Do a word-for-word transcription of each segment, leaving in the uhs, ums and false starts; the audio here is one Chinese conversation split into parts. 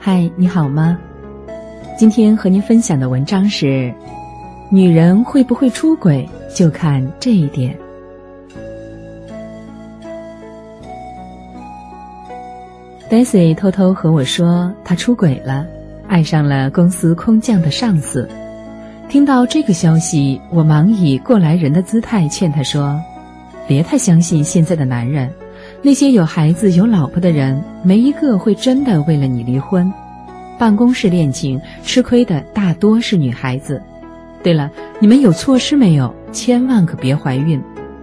嗨，你好吗？今天和您分享的文章是：女人会不会出轨，就看这一点。Daisy 偷偷和我说，她出轨了，爱上了公司空降的上司。听到这个消息，我忙以过来人的姿态劝她说，别太相信现在的男人，那些有孩子有老婆的人，没一个会真的为了你离婚。办公室恋情吃亏的大多是女孩子。对了，你们有措施没有？千万可别怀孕。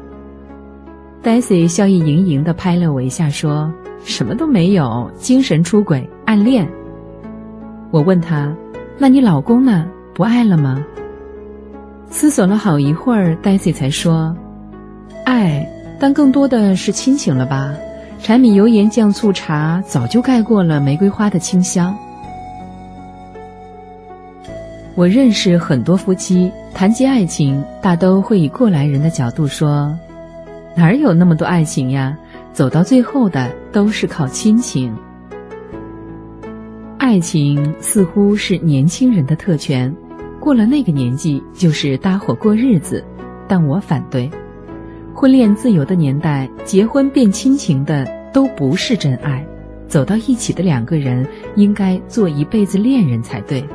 Daisy 笑意盈盈地拍了我一下说，什么都没有，精神出轨，暗恋。我问她，那你老公呢？不爱了吗？思索了好一会儿， Daisy 才说，爱，但更多的是亲情了吧，柴米油盐酱醋茶早就盖过了玫瑰花的清香。我认识很多夫妻，谈及爱情，大都会以过来人的角度说，哪有那么多爱情呀，走到最后的都是靠亲情。爱情似乎是年轻人的特权，过了那个年纪就是搭伙过日子，但我反对。婚恋自由的年代，结婚变亲情的都不是真爱，走到一起的两个人应该做一辈子恋人才对。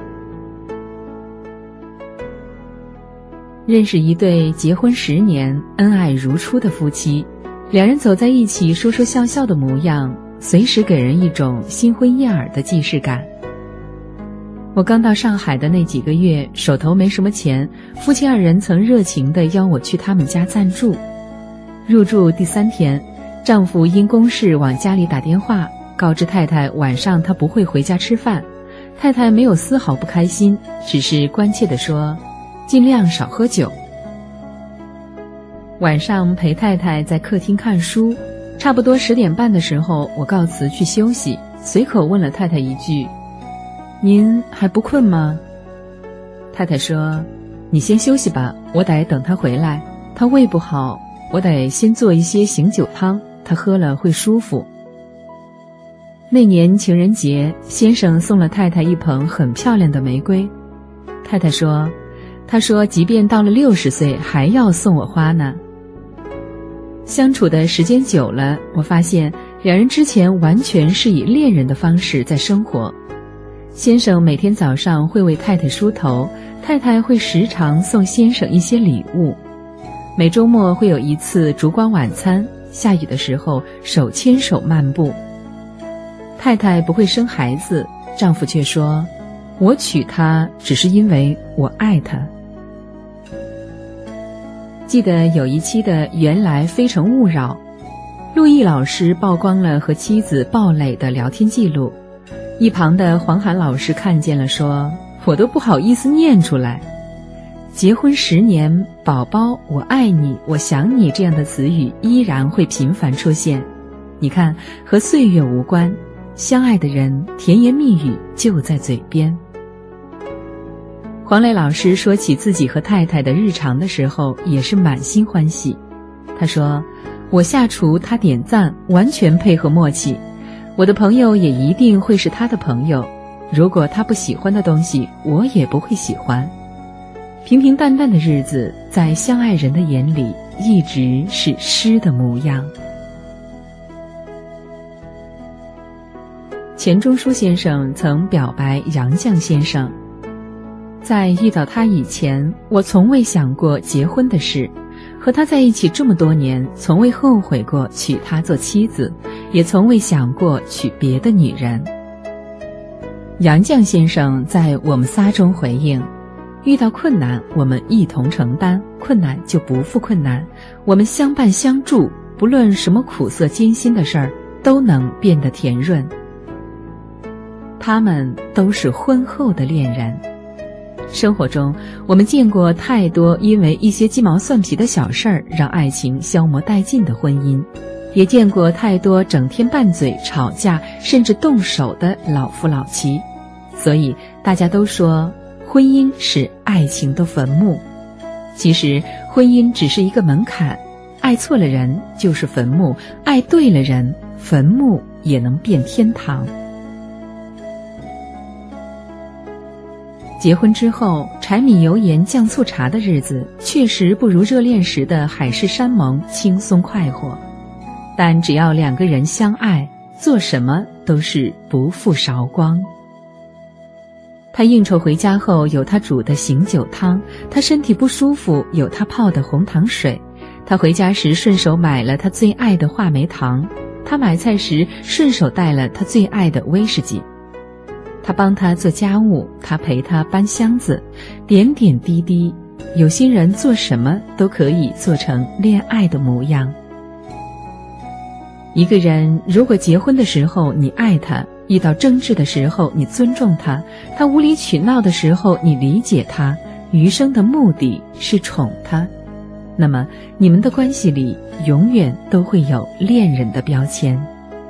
认识一对结婚十年恩爱如初的夫妻，两人走在一起说说笑笑的模样，随时给人一种新婚燕尔的既视感。我刚到上海的那几个月，手头没什么钱，夫妻二人曾热情地邀我去他们家暂住。入住第三天，丈夫因公事往家里打电话，告知太太晚上他不会回家吃饭。太太没有丝毫不开心，只是关切地说，尽量少喝酒。晚上陪太太在客厅看书，差不多十点半的时候，我告辞去休息，随口问了太太一句，您还不困吗？太太说，你先休息吧，我得等他回来，他胃不好，我得先做一些醒酒汤，他喝了会舒服。那年情人节，先生送了太太一捧很漂亮的玫瑰。太太说，他说即便到了六十岁还要送我花呢。相处的时间久了，我发现两人之前完全是以恋人的方式在生活。先生每天早上会为太太梳头，太太会时常送先生一些礼物。每周末会有一次烛光晚餐，下雨的时候手牵手漫步。太太不会生孩子，丈夫却说，我娶她只是因为我爱她。记得有一期的《原来非诚勿扰》，陆毅老师曝光了和妻子鲍蕾的聊天记录，一旁的黄涵老师看见了说，我都不好意思念出来。结婚十年，宝宝，我爱你，我想你这样的词语依然会频繁出现。你看，和岁月无关，相爱的人甜言蜜语就在嘴边。黄磊老师说起自己和太太的日常的时候，也是满心欢喜。他说，我下厨，他点赞，完全配合默契。我的朋友也一定会是他的朋友，如果他不喜欢的东西，我也不会喜欢。平平淡淡的日子，在相爱人的眼里，一直是诗的模样。钱钟书先生曾表白杨绛先生，在遇到他以前，我从未想过结婚的事，和他在一起这么多年，从未后悔过娶她做妻子，也从未想过娶别的女人。杨绛先生在我们仨中回应，遇到困难我们一同承担，困难就不负困难，我们相伴相助，不论什么苦涩艰辛的事儿，都能变得甜润。他们都是婚后的恋人。生活中，我们见过太多因为一些鸡毛蒜皮的小事儿让爱情消磨殆尽的婚姻，也见过太多整天拌嘴、吵架，甚至动手的老夫老妻。所以大家都说，婚姻是爱情的坟墓。其实，婚姻只是一个门槛，爱错了人就是坟墓，爱对了人，坟墓也能变天堂。 结婚之后，柴米油盐酱醋茶的日子确实不如热恋时的海誓山盟轻松快活，但只要两个人相爱，做什么都是不负韶光。他应酬回家后有他煮的醒酒汤，他身体不舒服有他泡的红糖水，他回家时顺手买了他最爱的话梅糖，他买菜时顺手带了他最爱的威士忌。他帮他做家务，他陪他搬箱子，点点滴滴，有心人做什么都可以做成恋爱的模样。一个人如果结婚的时候你爱他，遇到争执的时候你尊重他，他无理取闹的时候你理解他，余生的目的是宠他，那么你们的关系里永远都会有恋人的标签。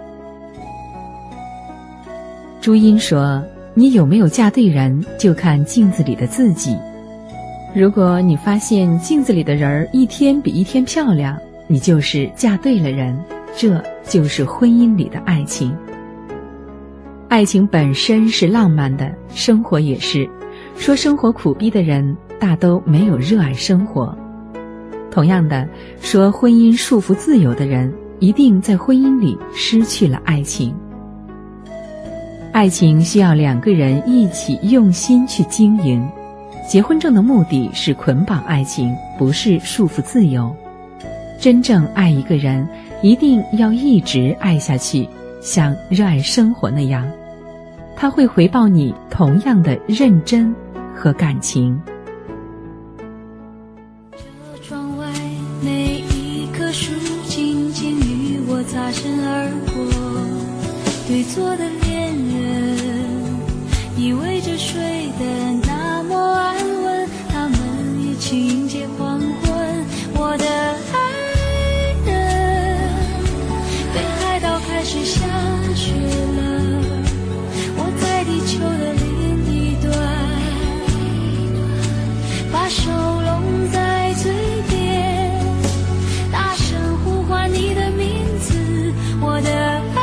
朱茵说，你有没有嫁对人，就看镜子里的自己。如果你发现镜子里的人一天比一天漂亮，你就是嫁对了人，这就是婚姻里的爱情。爱情本身是浪漫的，生活也是。说生活苦逼的人，大都没有热爱生活。同样的，说婚姻束缚自由的人，一定在婚姻里失去了爱情。爱情需要两个人一起用心去经营，结婚证的目的是捆绑爱情，不是束缚自由。真正爱一个人，一定要一直爱下去，像热爱生活那样，他会回报你同样的认真和感情。 这窗外每一棵树静静与我擦身而过，对坐的恋人依偎着睡得那么安稳，他们也情节黄昏。我的爱人北海道开始下雪了，我在地球的另一端，把手拢在嘴边，大声呼唤你的名字，我的爱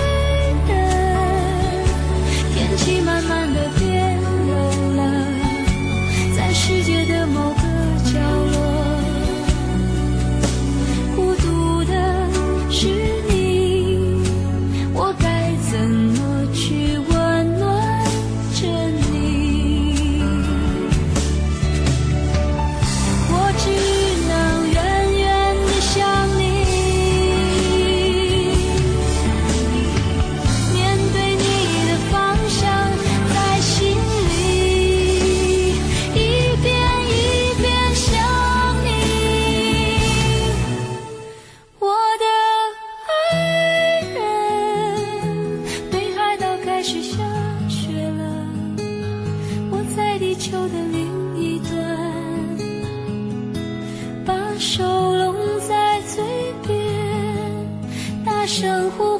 人。天气慢慢的变冷了，在世界的某个角落，孤独的是你，我该怎么去温暖着你？我只能远远地想你，面对你的方向在心里，一遍一遍想你。我的爱人，北海道开始下雪了，我在地球的另一端，把手拢在嘴边，大声呼